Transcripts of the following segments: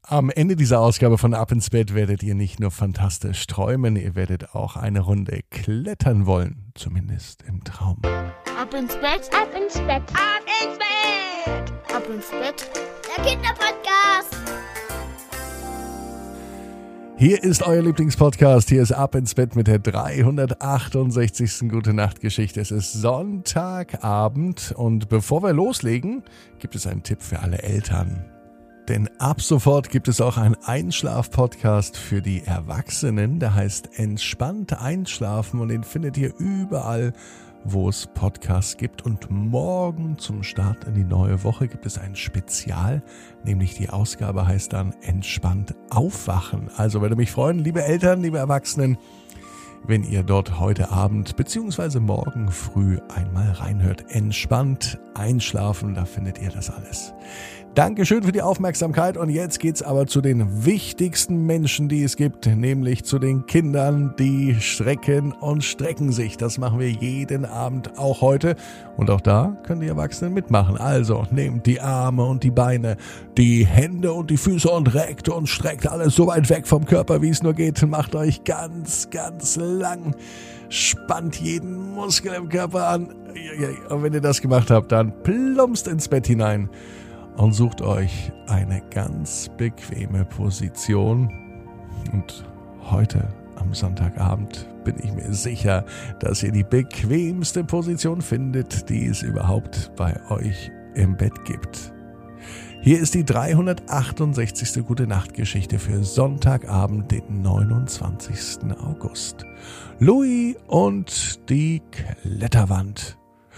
Am Ende dieser Ausgabe von Ab ins Bett werdet ihr nicht nur fantastisch träumen, ihr werdet auch eine Runde klettern wollen, zumindest im Traum. Ab ins Bett, ab ins Bett, ab ins Bett, ab ins Bett, der Kinderpodcast. Hier ist euer Lieblingspodcast, hier ist Ab ins Bett mit der 368. Gute-Nacht-Geschichte. Es ist Sonntagabend und bevor wir loslegen, gibt es einen Tipp für alle Eltern. Denn ab sofort gibt es auch einen Einschlaf-Podcast für die Erwachsenen, der heißt Entspannt Einschlafen und den findet ihr überall, wo es Podcasts gibt. Und morgen zum Start in die neue Woche gibt es ein Spezial, nämlich die Ausgabe heißt dann Entspannt Aufwachen. Also würde mich freuen, liebe Eltern, liebe Erwachsenen, wenn ihr dort heute Abend bzw. morgen früh einmal reinhört. Entspannt Einschlafen, da findet ihr das alles. Dankeschön für die Aufmerksamkeit und jetzt geht's aber zu den wichtigsten Menschen, die es gibt, nämlich zu den Kindern, die strecken und strecken sich. Das machen wir jeden Abend, auch heute und auch da können die Erwachsenen mitmachen. Also nehmt die Arme und die Beine, die Hände und die Füße und reckt und streckt alles so weit weg vom Körper, wie es nur geht. Macht euch ganz, ganz lang, spannt jeden Muskel im Körper an und wenn ihr das gemacht habt, dann plumpst ins Bett hinein. Und sucht euch eine ganz bequeme Position. Und heute am Sonntagabend bin ich mir sicher, dass ihr die bequemste Position findet, die es überhaupt bei euch im Bett gibt. Hier ist die 368. Gute-Nacht-Geschichte für Sonntagabend, den 29. August. Louis und die Kletterwand.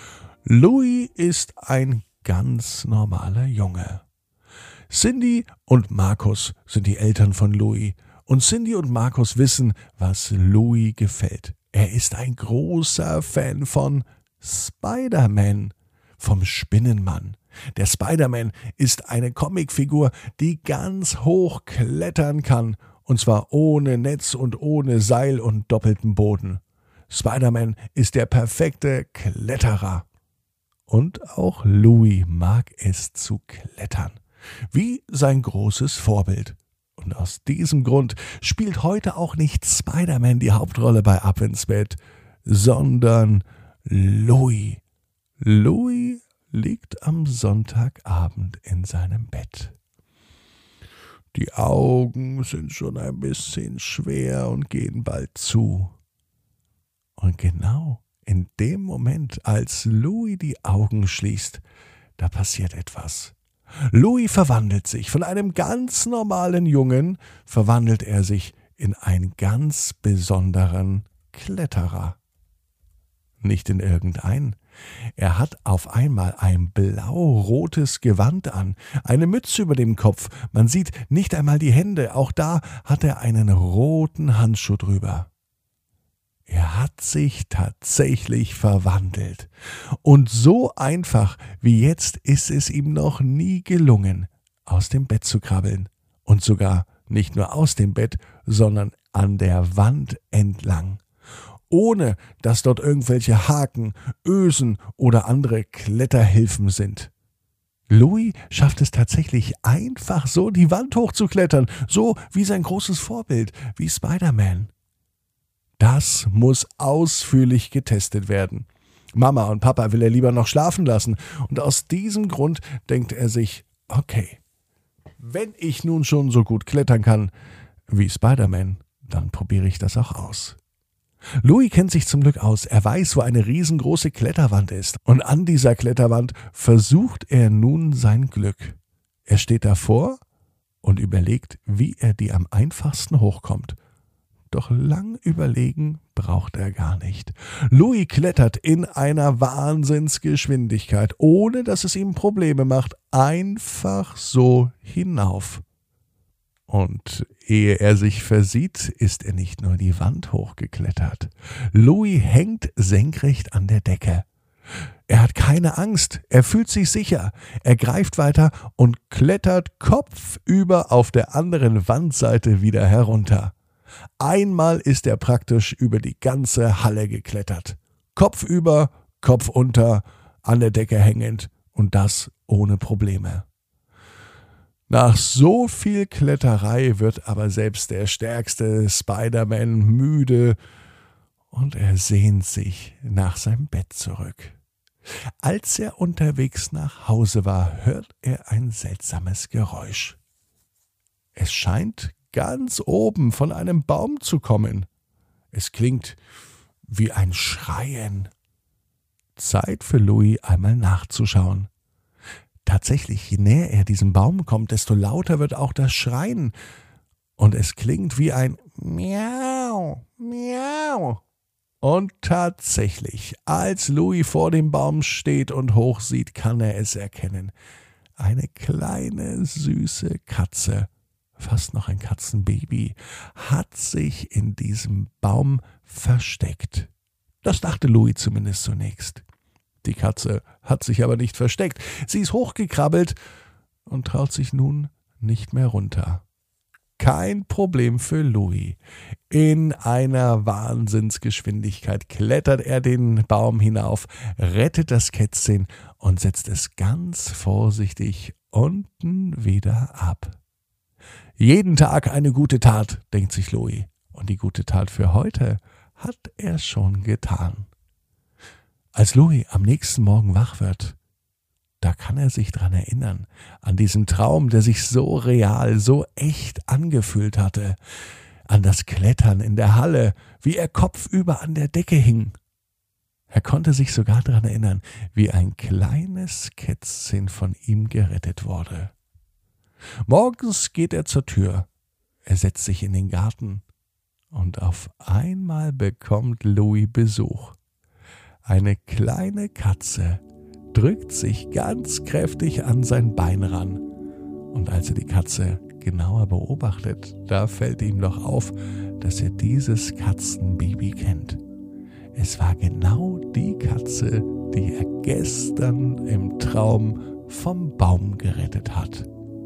Louis ist ein ganz normaler Junge. Cindy und Markus sind die Eltern von Louis und Cindy und Markus wissen, was Louis gefällt. Er ist ein großer Fan von Spider-Man, vom Spinnenmann. Der Spider-Man ist eine Comicfigur, die ganz hoch klettern kann, und zwar ohne Netz und ohne Seil und doppelten Boden. Spider-Man ist der perfekte Kletterer. Und auch Louis mag es zu klettern, wie sein großes Vorbild. Und aus diesem Grund spielt heute auch nicht Spider-Man die Hauptrolle bei Ab ins Bett, sondern Louis. Louis liegt am Sonntagabend in seinem Bett. Die Augen sind schon ein bisschen schwer und gehen bald zu. Und genau in dem Moment, als Louis die Augen schließt, da passiert etwas. Louis verwandelt sich. Von einem ganz normalen Jungen verwandelt er sich in einen ganz besonderen Kletterer. Nicht in irgendeinen. Er hat auf einmal ein blau-rotes Gewand an, eine Mütze über dem Kopf. Man sieht nicht einmal die Hände. Auch da hat er einen roten Handschuh drüber. Er hat sich tatsächlich verwandelt. Und so einfach wie jetzt ist es ihm noch nie gelungen, aus dem Bett zu krabbeln. Und sogar nicht nur aus dem Bett, sondern an der Wand entlang. Ohne dass dort irgendwelche Haken, Ösen oder andere Kletterhilfen sind. Louis schafft es tatsächlich einfach so, die Wand hochzuklettern, so wie sein großes Vorbild, wie Spider-Man. Das muss ausführlich getestet werden. Mama und Papa will er lieber noch schlafen lassen. Und aus diesem Grund denkt er sich, okay, wenn ich nun schon so gut klettern kann wie Spider-Man, dann probiere ich das auch aus. Louis kennt sich zum Glück aus. Er weiß, wo eine riesengroße Kletterwand ist. Und an dieser Kletterwand versucht er nun sein Glück. Er steht davor und überlegt, wie er die am einfachsten hochkommt. Doch lang überlegen braucht er gar nicht. Louis klettert in einer Wahnsinnsgeschwindigkeit, ohne dass es ihm Probleme macht, einfach so hinauf. Und ehe er sich versieht, ist er nicht nur die Wand hochgeklettert. Louis hängt senkrecht an der Decke. Er hat keine Angst, er fühlt sich sicher. Er greift weiter und klettert kopfüber auf der anderen Wandseite wieder herunter. Einmal ist er praktisch über die ganze Halle geklettert. Kopf über, Kopf unter, an der Decke hängend und das ohne Probleme. Nach so viel Kletterei wird aber selbst der stärkste Spider-Man müde und er sehnt sich nach seinem Bett zurück. Als er unterwegs nach Hause war, hört er ein seltsames Geräusch. Es scheint ganz oben von einem Baum zu kommen. Es klingt wie ein Schreien. Zeit für Louis, einmal nachzuschauen. Tatsächlich, je näher er diesem Baum kommt, desto lauter wird auch das Schreien. Und es klingt wie ein Miau, Miau. Und tatsächlich, als Louis vor dem Baum steht und hochsieht, kann er es erkennen. Eine kleine, süße Katze, fast noch ein Katzenbaby, hat sich in diesem Baum versteckt. Das dachte Louis zumindest zunächst. Die Katze hat sich aber nicht versteckt. Sie ist hochgekrabbelt und traut sich nun nicht mehr runter. Kein Problem für Louis. In einer Wahnsinnsgeschwindigkeit klettert er den Baum hinauf, rettet das Kätzchen und setzt es ganz vorsichtig unten wieder ab. Jeden Tag eine gute Tat, denkt sich Louis. Und die gute Tat für heute hat er schon getan. Als Louis am nächsten Morgen wach wird, da kann er sich dran erinnern, an diesen Traum, der sich so real, so echt angefühlt hatte, an das Klettern in der Halle, wie er kopfüber an der Decke hing. Er konnte sich sogar daran erinnern, wie ein kleines Kätzchen von ihm gerettet wurde. Morgens geht er zur Tür, er setzt sich in den Garten und auf einmal bekommt Louis Besuch. Eine kleine Katze drückt sich ganz kräftig an sein Bein ran. Und als er die Katze genauer beobachtet, da fällt ihm doch auf, dass er dieses Katzenbaby kennt. Es war genau die Katze, die er gestern im Traum vom Baum gerettet hat.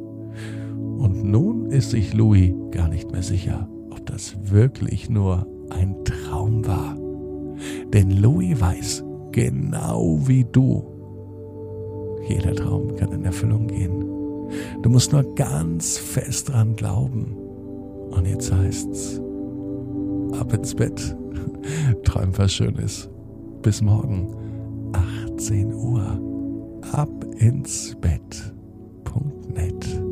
Und nun ist sich Louis gar nicht mehr sicher, ob das wirklich nur ein Traum war. Denn Louis weiß, genau wie du, jeder Traum kann in Erfüllung gehen. Du musst nur ganz fest dran glauben. Und jetzt heißt's, ab ins Bett, träum was Schönes. Bis morgen, 18 Uhr, abinsbett.net.